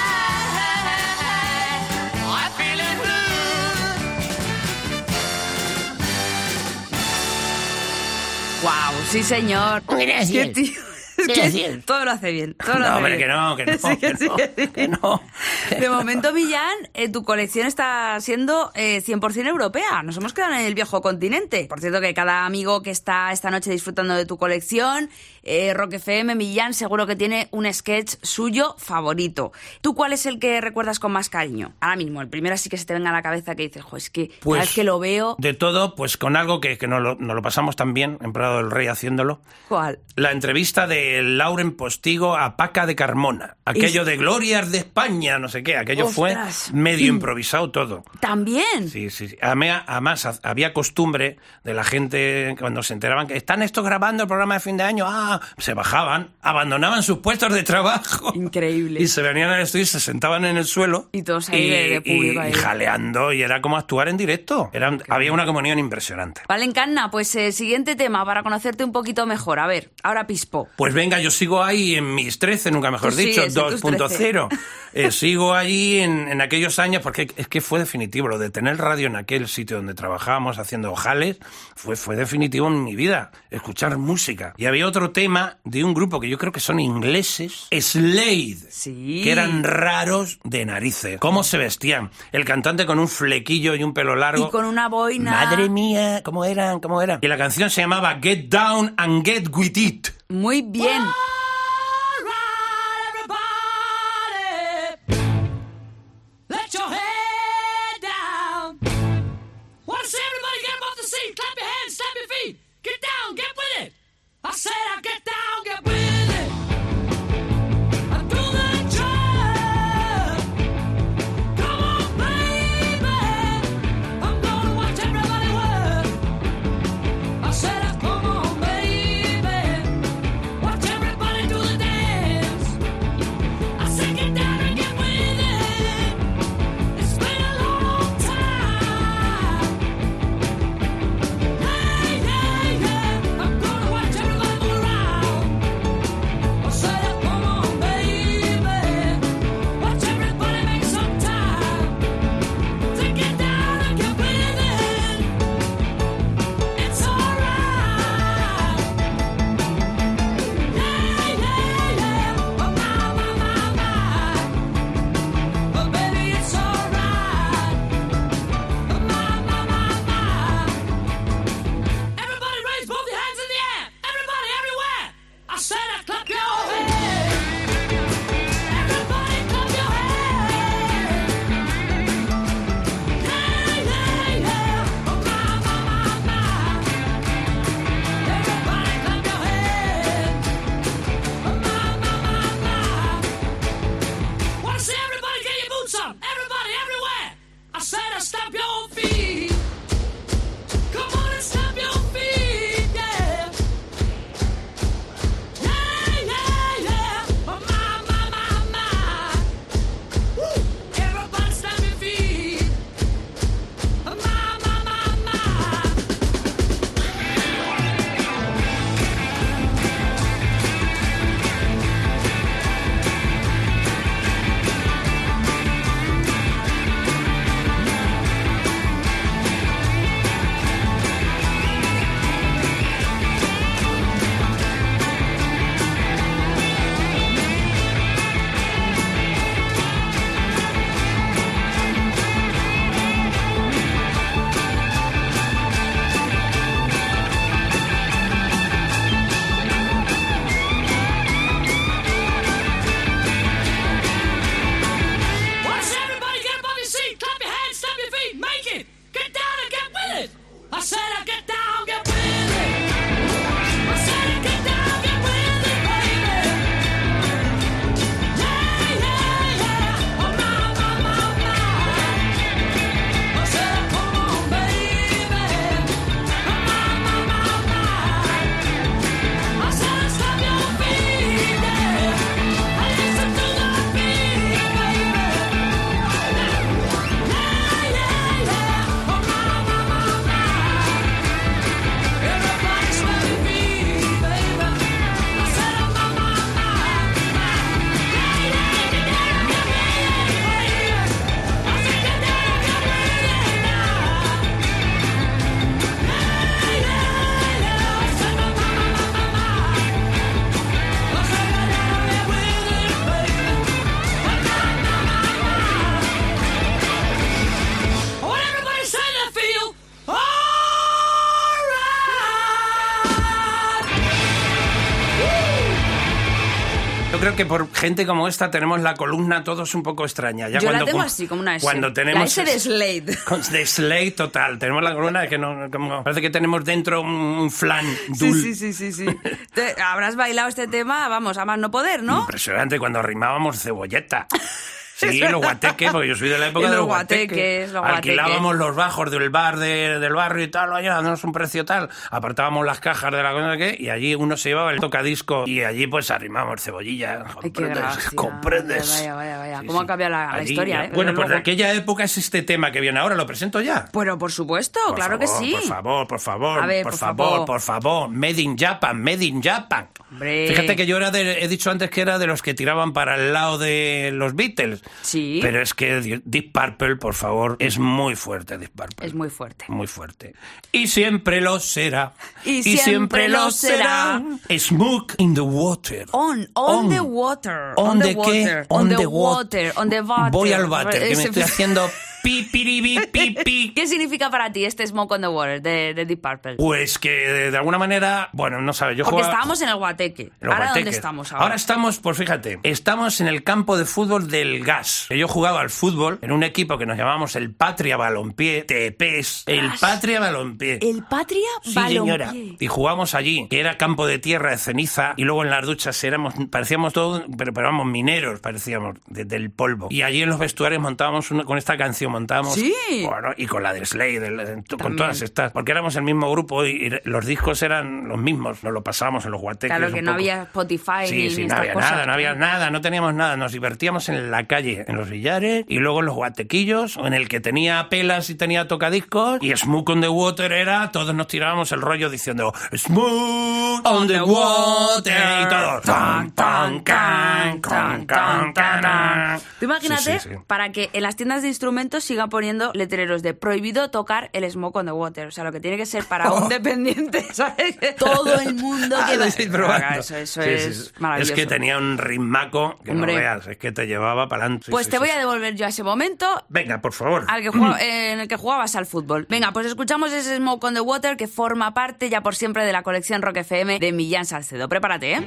I: I'm feeling blue.
H: Wow, sí señor.
B: Gracias.
H: Qué tío. Es que
B: Gracias.
H: todo lo hace bien. Todo lo
G: No,
H: hace
G: hombre,
H: bien.
G: que no, que no,
H: Sí,
G: que
H: sí,
G: no,
H: sí.
G: que no.
H: De momento, Millán, tu colección está siendo 100% europea. Nos hemos quedado en el viejo continente. Por cierto, que cada amigo que está esta noche disfrutando de tu colección, Rock FM, Millán, seguro que tiene un sketch suyo favorito. ¿Tú cuál es el que recuerdas con más cariño? Ahora mismo, el primero así que se te venga a la cabeza que dices, jo, es que cada vez que lo veo...
G: De todo, pues con algo que nos lo pasamos también en Prado del Rey haciéndolo.
H: ¿Cuál?
G: La entrevista de Lauren Postigo a Paca de Carmona. Aquello de Glorias de España, no sé qué. Aquello
H: ¡Ostras!
G: fue medio improvisado todo.
H: ¿También?
G: Sí, sí, sí. Además, había costumbre de la gente, cuando se enteraban que están estos grabando el programa de fin de año, se bajaban, abandonaban sus puestos de trabajo.
H: Increíble.
G: Y se venían al estudio y se sentaban en el suelo.
H: Y todos ahí de público ahí.
G: Y jaleando, y era como actuar en directo. Había una comunión impresionante.
H: Vale, Encarna, pues siguiente tema para conocerte un poquito mejor. A ver, ahora Pispo.
G: Pues venga, yo sigo ahí en mis 13, nunca mejor
H: Tú
G: dicho,
H: sigues en tus
G: 2.0. Sigo allí en aquellos años, porque es que fue definitivo. Lo de tener radio en aquel sitio donde trabajábamos haciendo ojales, fue definitivo en mi vida. Escuchar música. Y había otro tema de un grupo que yo creo que son ingleses, Slade,
H: Sí.
G: que eran raros de narices. ¿Cómo se vestían? El cantante con un flequillo y un pelo largo.
H: Y con una boina.
G: Madre mía, ¿cómo eran? ¿Cómo eran? Y la canción se llamaba Get Down and Get With It.
H: Muy bien.
I: Let your head down. Wanna see everybody get up off the seat? Clap your hands, stamp your feet. Get down, get with it. I said I get down, get with it. I do the job. Come on, baby. I'm gonna watch everybody work. I said, come on, baby. Watch everybody do the dance. I said, get down and get with it. It's been a long time. Hey, hey, hey. I'm gonna watch everybody move around. I said, come on, baby. Watch everybody make some time. To get down and get with it. It's alright. Yeah, yeah, yeah. Oh, my. But baby, it's alright. Oh, my. Everybody raise both your hands in the air. Everybody, everywhere. I said clap your hands. Everybody clap your hands. Yeah, yeah, yeah. Oh, my. Everybody clap your hands. Oh, my. Wanna see everybody get your boots up? Everybody, everywhere. I said stamp your feet. Come on and stamp your feet, yeah. Yeah, yeah, yeah. Oh, my. Woo. Everybody stamp your feet. Oh, my.
G: creo que por gente como esta tenemos la columna todos un poco extraña. Ya
H: Yo
G: cuando
H: la tengo así, como una S.
G: Cuando tenemos
H: la S de Slade.
G: De Slade total. Tenemos la columna que no, como, parece que tenemos dentro un flan dul.
H: Sí. Habrás bailado este tema, vamos, a más no poder, ¿no?
G: Impresionante cuando rimábamos cebolleta. Sí, los guateques, porque yo soy de la época de los guateques. Alquilábamos los bajos del bar del barrio y tal, oye, dándonos un precio tal. Apartábamos las cajas de la cosa que y allí uno se llevaba el tocadisco y allí pues arrimábamos cebollilla. ¿Comprendes?
H: Vaya.
G: Sí,
H: ¿Cómo ha cambiado la historia,
G: Bueno, pues de aquella época es este tema que viene ahora, ¿lo presento ya?
H: Bueno, por supuesto, claro que sí.
G: Por favor.
H: A ver, por favor.
G: Made in Japan.
H: Hombre.
G: Fíjate que yo he dicho antes que era de los que tiraban para el lado de los Beatles.
H: Sí.
G: Pero es que Deep Purple, por favor, es muy fuerte, Deep Purple.
H: Es muy fuerte.
G: Muy fuerte. Y siempre lo será.
H: Y siempre lo será.
G: Smoke in the water.
H: On the water.
G: On the
H: water.
G: ¿qué? On the water.
H: On the water.
G: Voy al water, que me estoy haciendo pi.
H: ¿Qué significa para ti este Smoke on the Water de Deep Purple?
G: Pues que de alguna manera, bueno, no sabes, yo
H: Porque
G: jugaba...
H: estábamos en el Guateque. ¿Ahora dónde estamos ahora?
G: Ahora estamos, pues fíjate, estamos en el campo de fútbol del Gas. Yo jugaba al fútbol en un equipo que nos llamábamos el Patria Balompié, TPS, el Patria Balompié.
H: ¿El Patria
G: Sí,
H: Balompié?
G: señora. Y jugamos allí, que era campo de tierra, de ceniza, y luego en las duchas parecíamos todos, pero éramos mineros, parecíamos, del polvo. Y allí en los vestuarios montábamos, con esta canción montábamos...
H: Sí.
G: Bueno, y con la de Slade, con todas estas, porque éramos el mismo grupo y los discos eran los mismos, nos lo pasábamos en los guateques.
H: Claro que no había Spotify ni
G: no
H: estas
G: había
H: cosas.
G: nada, no había nada, no teníamos nada, nos divertíamos en la calle, en los billares y luego en los guatequillos, o en el que tenía pelas y tenía tocadiscos, y Smoke on the Water era, todos nos tirábamos el rollo diciendo Smoke on the Water y todos
H: Tú imagínate,
G: Sí.
H: para que en las tiendas de instrumentos sigan poniendo letreros de prohibido tocar el Smoke on the Water. O sea, lo que tiene que ser para un dependiente, ¿sabes? Todo el mundo que va... Eso es maravilloso.
G: Es que tenía un ritmaco que
H: Hombre.
G: no veas, es que te llevaba para adelante.
H: Pues te voy a devolver yo a ese momento
G: Venga, por favor.
H: en el que jugabas al fútbol. Venga, pues escuchamos ese Smoke on the Water que forma parte ya por siempre de la colección Rock FM de Millán Salcedo. Prepárate, ¿eh?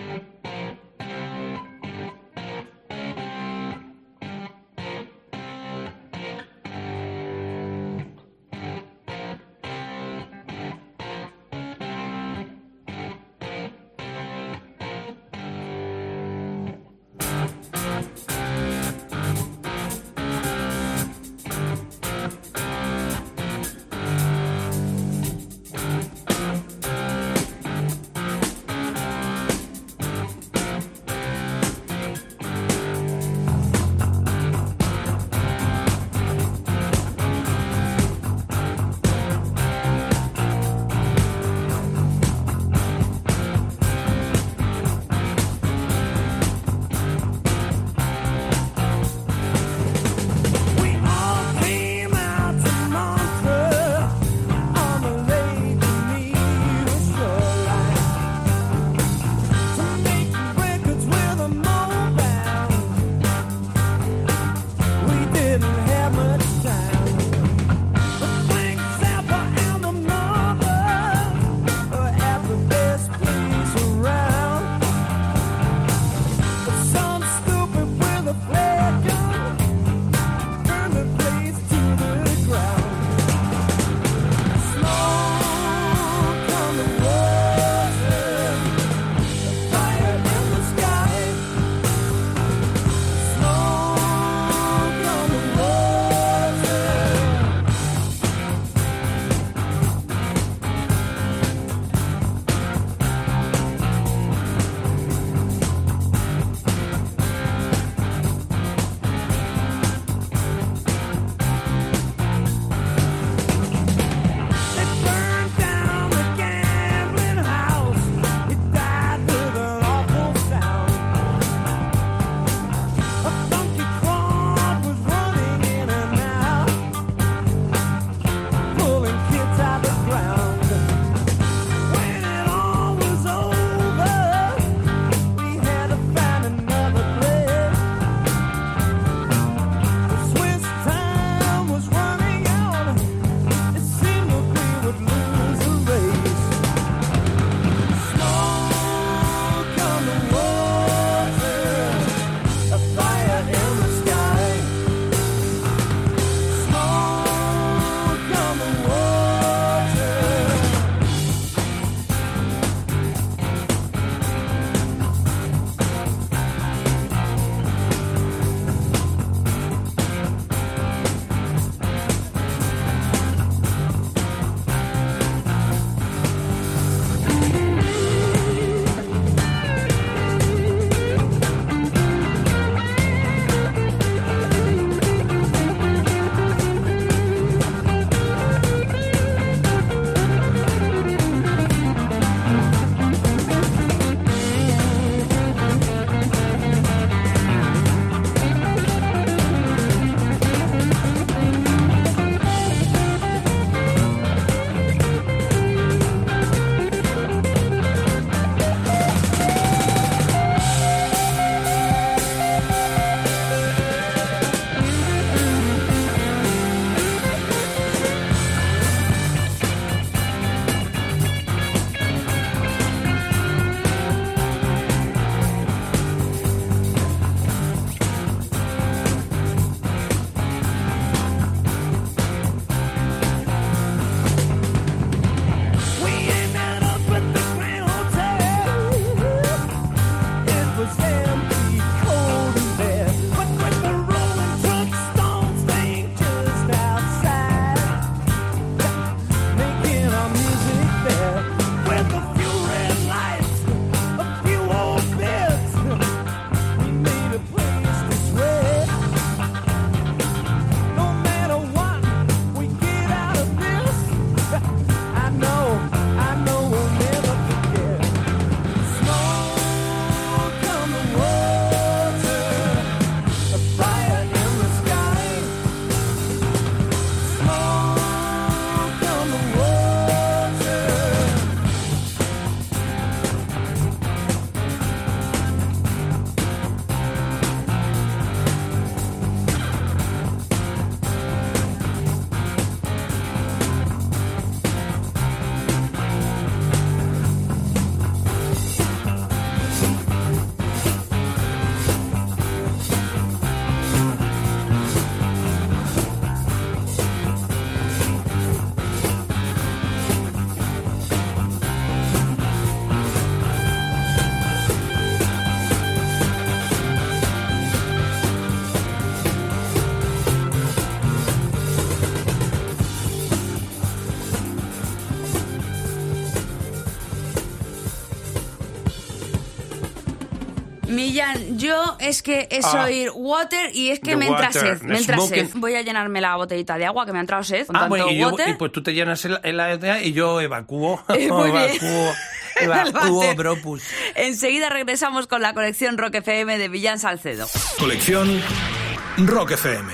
H: Millán, yo es que es oír Water y es que
G: The
H: me entra
G: Water,
H: sed. Me entra
G: Smoking.
H: sed. Voy a llenarme la botellita de agua que me ha entrado sed. Con tanto
G: Bueno, y
H: Water.
G: pues tú te llenas el y yo evacúo.
H: Muy bien.
G: Evacúo, Bropus.
H: Enseguida regresamos con la colección Rock FM de Millán Salcedo.
A: Colección Rock FM.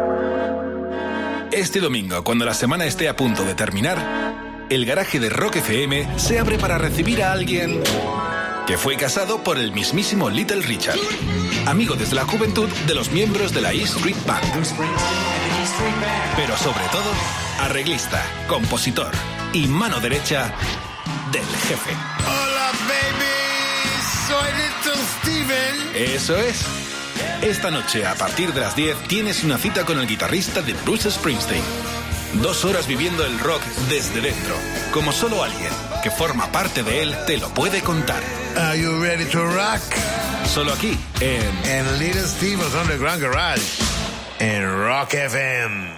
A: Este domingo, cuando la semana esté a punto de terminar, el garaje de Rock FM se abre para recibir a alguien que fue casado por el mismísimo Little Richard, amigo desde la juventud de los miembros de la E Street Band. Pero sobre todo, arreglista, compositor y mano derecha del jefe.
J: Hola, baby, soy Little Steven.
A: Eso es. Esta noche, a partir de las 10, tienes una cita con el guitarrista de Bruce Springsteen. 2 horas viviendo el rock desde dentro, como solo alguien que forma parte de él te lo puede contar.
J: Are you ready to rock?
A: Solo aquí,
J: en Little Steven's Underground Garage, en Rock FM.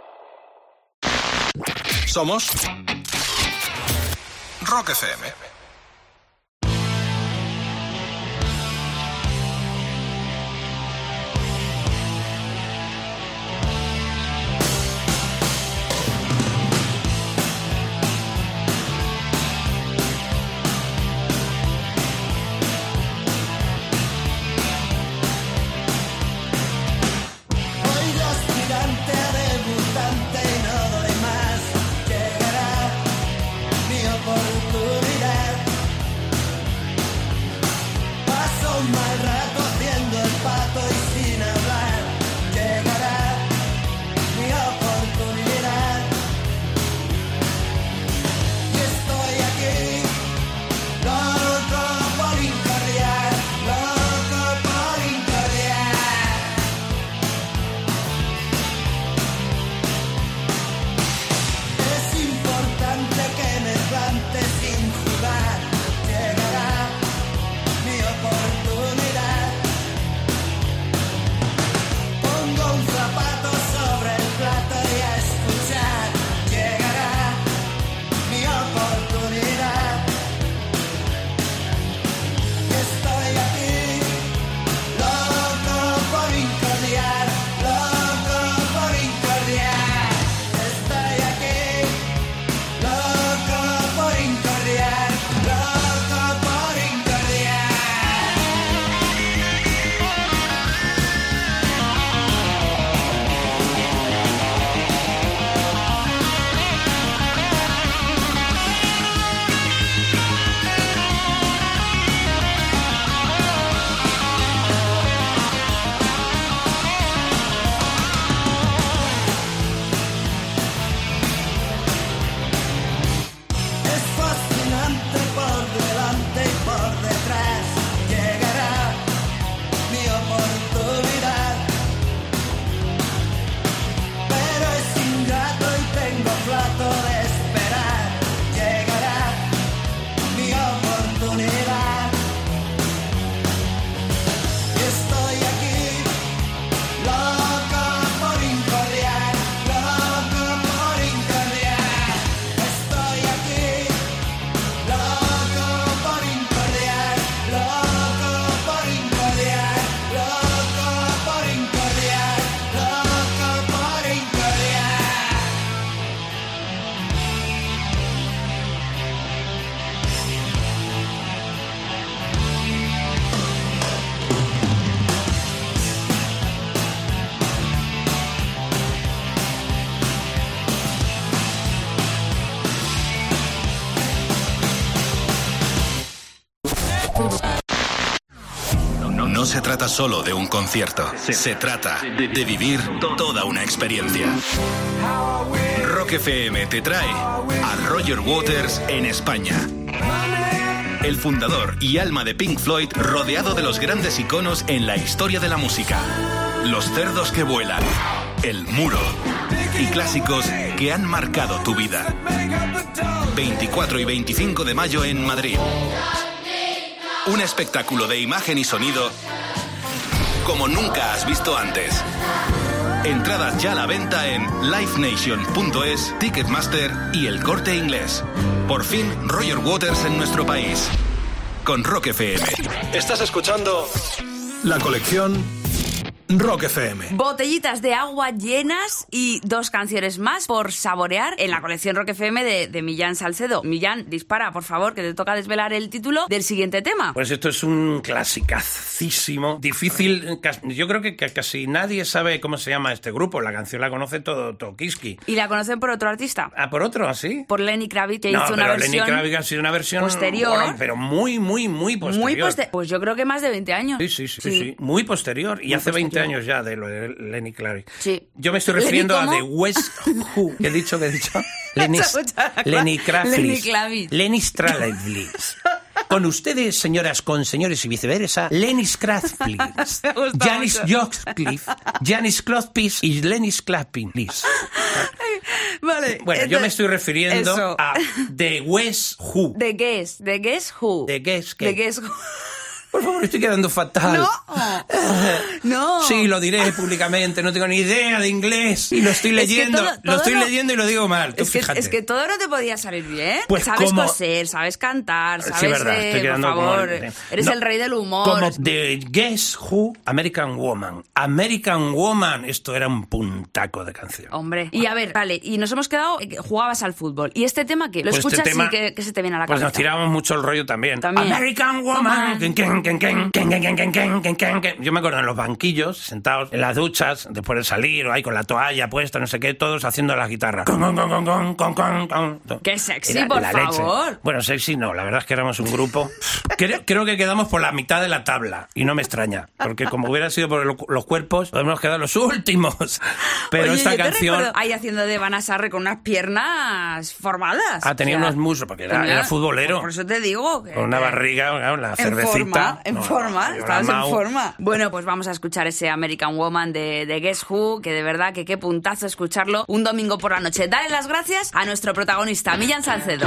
A: Somos Rock FM. No se trata solo de un concierto, se trata de vivir toda una experiencia. Rock FM te trae a Roger Waters en España. El fundador y alma de Pink Floyd, rodeado de los grandes iconos en la historia de la música. Los cerdos que vuelan, El Muro y clásicos que han marcado tu vida. 24 y 25 de mayo en Madrid. Un espectáculo de imagen y sonido como nunca has visto antes. Entradas ya a la venta en livenation.es, Ticketmaster y El Corte Inglés. Por fin, Roger Waters en nuestro país. con Rock FM.
K: Estás escuchando la colección Rock FM.
H: Botellitas de agua llenas y 2 canciones más por saborear en la colección Rock FM de Millán Salcedo. Millán, dispara, por favor, que te toca desvelar el título del siguiente tema.
G: Pues esto es un clasicacísimo, difícil. Yo creo que casi nadie sabe cómo se llama este grupo. La canción la conoce todo Kiski.
H: ¿Y la conocen por otro artista?
G: Ah, ¿por otro, así?
H: Por Lenny Kravitz, que
G: no,
H: hizo una versión...
G: Lenny Kravitz ha sido una versión...
H: posterior.
G: Bueno, pero muy posterior.
H: Pues yo creo que más de 20 años.
G: Sí. Muy posterior. Y muy hace posterior. 20 años ya de lo de Lenny Kravitz.
H: Sí.
G: Yo me estoy refiriendo a The West Who. ¿Qué he dicho? Lenny Kravitz. Lenny Kravitz. Con ustedes, señoras, con señores y viceversa, Lenny Kravitz, Janis Joplin y Lenny Kravitz.
H: Vale.
G: Bueno, entonces, yo me estoy refiriendo a The West Who.
H: The Guess Who.
G: The Guess
H: Who.
G: Por favor, estoy quedando fatal.
H: No.
G: Sí, lo diré públicamente, no tengo ni idea de inglés. Y lo estoy leyendo, leyendo y lo digo mal. Tú fíjate.
H: Es que todo no te podía salir bien.
G: Pues
H: sabes coser, sabes cantar, sabes...
G: Sí, verdad, estoy quedando
H: por favor, eres el rey del humor.
G: Como The Guess Who, American Woman. American Woman, esto era un puntaco de canción.
H: Hombre. Y a ver, vale, y nos hemos quedado... Jugabas al fútbol. ¿Y este tema qué? ¿Lo
G: pues
H: escuchas
G: este tema,
H: y qué se te viene a la
G: pues
H: cabeza?
G: Pues nos tiramos mucho el rollo también. American Woman. Yo me acuerdo en los banquillos, sentados en las duchas, después de salir, o ahí con la toalla puesta, no sé qué, todos haciendo la guitarra.
H: ¡Qué sexy, por favor!
G: Leche. Bueno, sexy no, la verdad es que éramos un grupo... Creo que quedamos por la mitad de la tabla, y no me extraña, porque como hubiera sido por los cuerpos, hemos quedado los últimos. Pero
H: oye,
G: esta canción...
H: ahí haciendo de Vanna Sarre con unas piernas formadas.
G: Tenía unos muslos, porque era futbolero.
H: Por eso te digo.
G: Con una barriga, la cervecita.
H: En forma, estabas en forma. Bueno, pues vamos a escuchar ese American Woman de Guess Who, que de verdad que qué puntazo escucharlo un domingo por la noche. Dale las gracias a nuestro protagonista, Millán Salcedo.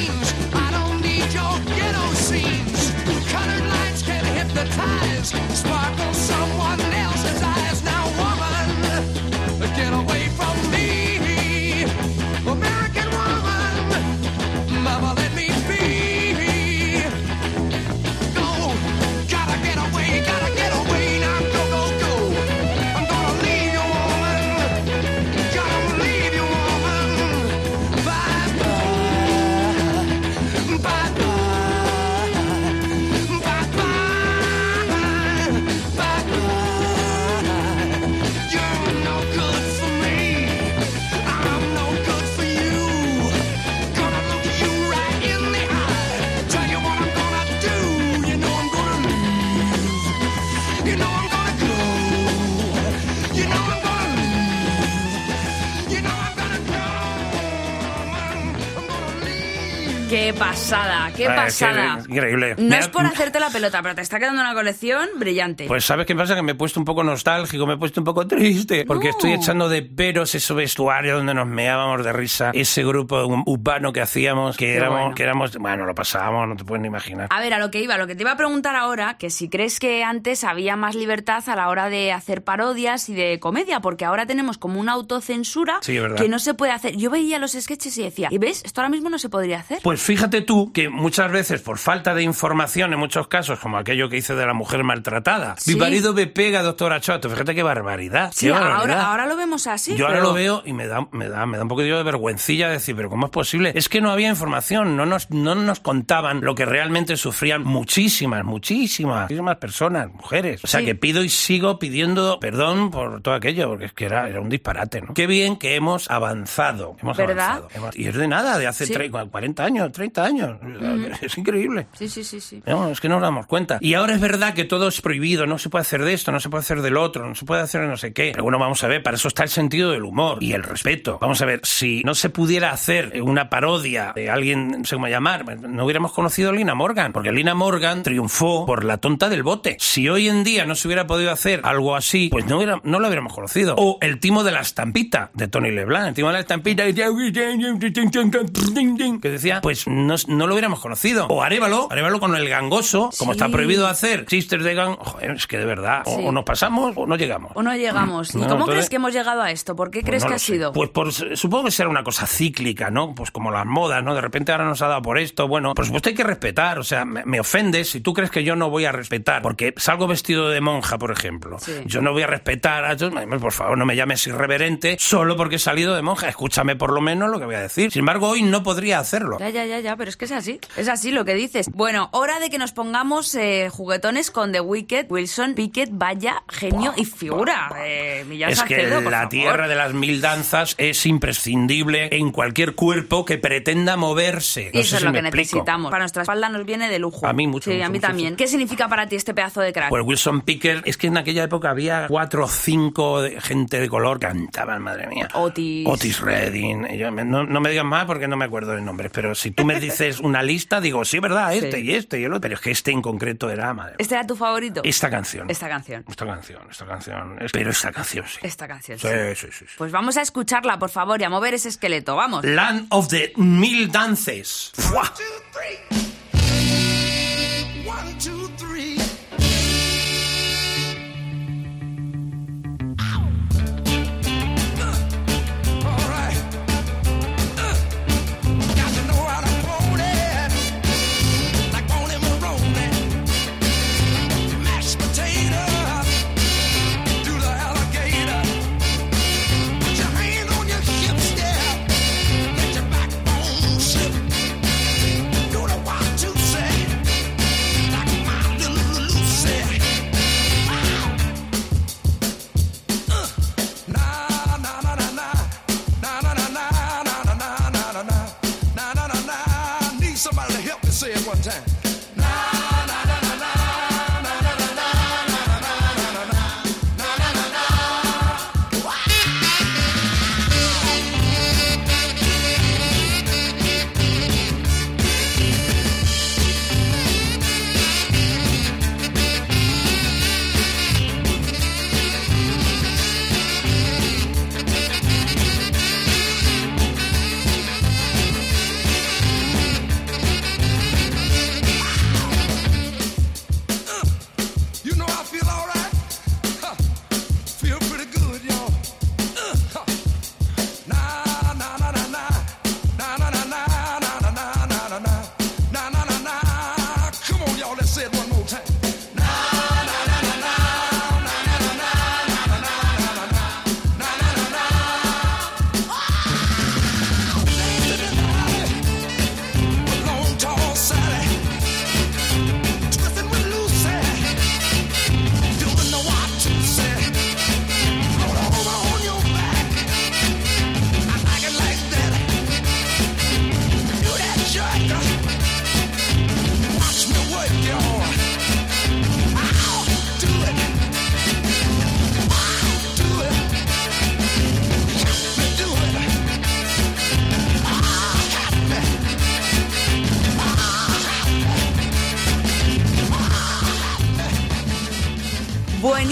I: Hypnotize,
H: ¡Qué pasada! ¡Qué pasada!
G: Es increíble.
H: No es por hacerte la pelota, pero te está quedando una colección brillante.
G: Pues ¿sabes qué pasa? Que me he puesto un poco nostálgico, me he puesto un poco triste, porque estoy echando de peros ese vestuario donde nos meábamos de risa, ese grupo urbano que hacíamos, que éramos, bueno, lo pasábamos, no te puedes ni imaginar.
H: A ver, a lo que te iba a preguntar ahora, que si crees que antes había más libertad a la hora de hacer parodias y de comedia, porque ahora tenemos como una autocensura que no se puede hacer. Yo veía los sketches y decía, ¿y ves? Esto ahora mismo no se podría hacer.
G: Pues fíjate tú que muchas veces, por falta de información, en muchos casos, como aquello que hice de la mujer maltratada, mi marido me pega, doctora Choa, fíjate qué barbaridad.
H: Sí, ahora lo vemos así.
G: Yo ahora lo veo y me da un poquito de vergüencilla decir, pero ¿cómo es posible? Es que no había información, no nos contaban lo que realmente sufrían muchísimas personas, mujeres. O sea, que pido y sigo pidiendo perdón por todo aquello, porque es que era un disparate, ¿no? Qué bien que hemos avanzado.
H: ¿Verdad?
G: Y es de nada, de hace 40 años, 30 años. Es increíble.
H: Sí.
G: No, es que no nos damos cuenta. Y ahora es verdad que todo es prohibido, no se puede hacer de esto, no se puede hacer del otro, no se puede hacer de no sé qué. Pero bueno, vamos a ver, para eso está el sentido del humor y el respeto. Vamos a ver, si no se pudiera hacer una parodia de alguien, no sé cómo llamar, no hubiéramos conocido a Lina Morgan, porque Lina Morgan triunfó por La tonta del bote. Si hoy en día no se hubiera podido hacer algo así, pues no lo hubiéramos conocido. O El timo de la estampita, de Tony Leblanc. El timo de la estampita que decía, pues no lo hubiéramos conocido. O Arévalo con el gangoso, como está prohibido hacer chistes de gang. Joder, es que de verdad, o nos pasamos o no llegamos.
H: ¿Y cómo crees que hemos llegado a esto? ¿Por qué crees que ha sido?
G: Pues supongo que será una cosa cíclica, ¿no? Pues como las modas, ¿no? De repente ahora nos ha dado por esto. Bueno, por supuesto hay que respetar. O sea, me ofendes si tú crees que yo no voy a respetar. Porque salgo vestido de monja, por ejemplo. Sí. Yo no voy a respetar. Por favor, no me llames irreverente solo porque he salido de monja. Escúchame por lo menos lo que voy a decir. Sin embargo, hoy no podría hacerlo.
H: Ya, pero es que es así. Es así lo que dices. Bueno, hora de que nos pongamos juguetones con The Wicked, Wilson Pickett, vaya genio y figura. Millán
G: es
H: Salcedo,
G: que la tierra de las mil danzas es imprescindible en cualquier cuerpo que pretenda moverse.
H: No eso es lo que necesitamos. Para nuestra espalda nos viene de lujo.
G: A mí mucho.
H: Sí, a mí también. ¿Qué significa para ti este pedazo de crack?
G: Pues Wilson Pickett, es que en aquella época había 4 o 5 gente de color que cantaban, madre mía. Otis Redding. No me digas más porque no me acuerdo de nombres, pero si tú me dices una lista, digo, sí, verdad, y este y el otro. Pero es que este en concreto era, madre mía.
H: ¿Este era tu favorito?
G: Esta canción.
H: Sí.
G: Esta canción, sí.
H: Esta canción,
G: sí.
H: Pues vamos a escucharla, por favor, y a mover ese esqueleto, vamos.
G: Land of the Mil Dances.
I: 1, 2, 3. 1, 2, 3. Gonna watch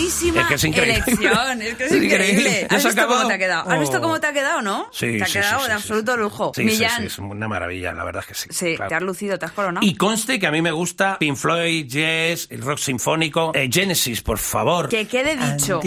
H: buenísima
G: Es que es increíble.
H: elección. Es que es increíble. ¿Has visto cómo te ha quedado? ¿Has visto cómo te ha quedado, no?
G: Sí,
H: te ha quedado de absoluto lujo. Millán.
G: Sí, es una maravilla, la verdad es que sí.
H: Sí,
G: claro.
H: te has lucido, te has coronado.
G: Y conste que a mí me gusta Pink Floyd, Yes, el rock sinfónico, Genesis, por favor.
H: Que quede dicho.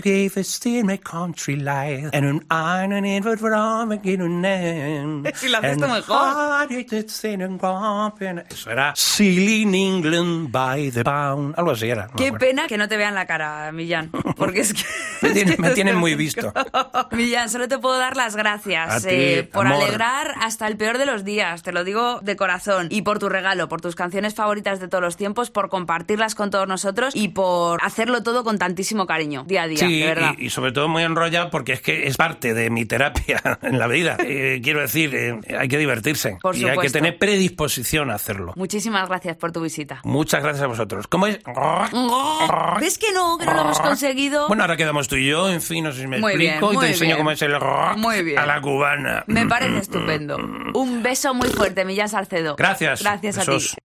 H: Si lo haces tú mejor.
G: Eso era Sailing England by the Pound. Algo así era.
H: Qué pena que no te vean la cara, Millán. Porque es que...
G: me tienen muy visto.
H: Millán, solo te puedo dar las gracias
G: A ti,
H: por
G: amor.
H: alegrar hasta el peor de los días. Te lo digo de corazón. Y por tu regalo, por tus canciones favoritas de todos los tiempos, por compartirlas con todos nosotros y por hacerlo todo con tantísimo cariño, día a día,
G: Sí,
H: de verdad.
G: y sobre todo muy enrollado porque es que es parte de mi terapia en la vida. Quiero decir, hay que divertirse.
H: Por
G: y hay que
H: supuesto.
G: tener predisposición a hacerlo.
H: Muchísimas gracias por tu visita.
G: Muchas gracias a vosotros. ¿Cómo es?
H: ¿Ves que no lo hemos conseguido?
G: Bueno, ahora quedamos tú y yo, en fin, no sé si me
H: Muy
G: explico,
H: bien,
G: y te
H: muy
G: enseño
H: bien.
G: cómo es el
H: Muy bien.
G: a la cubana.
H: Me parece estupendo. Un beso muy fuerte, Millán Salcedo.
G: Gracias.
H: Gracias a
G: Besos.
H: ti.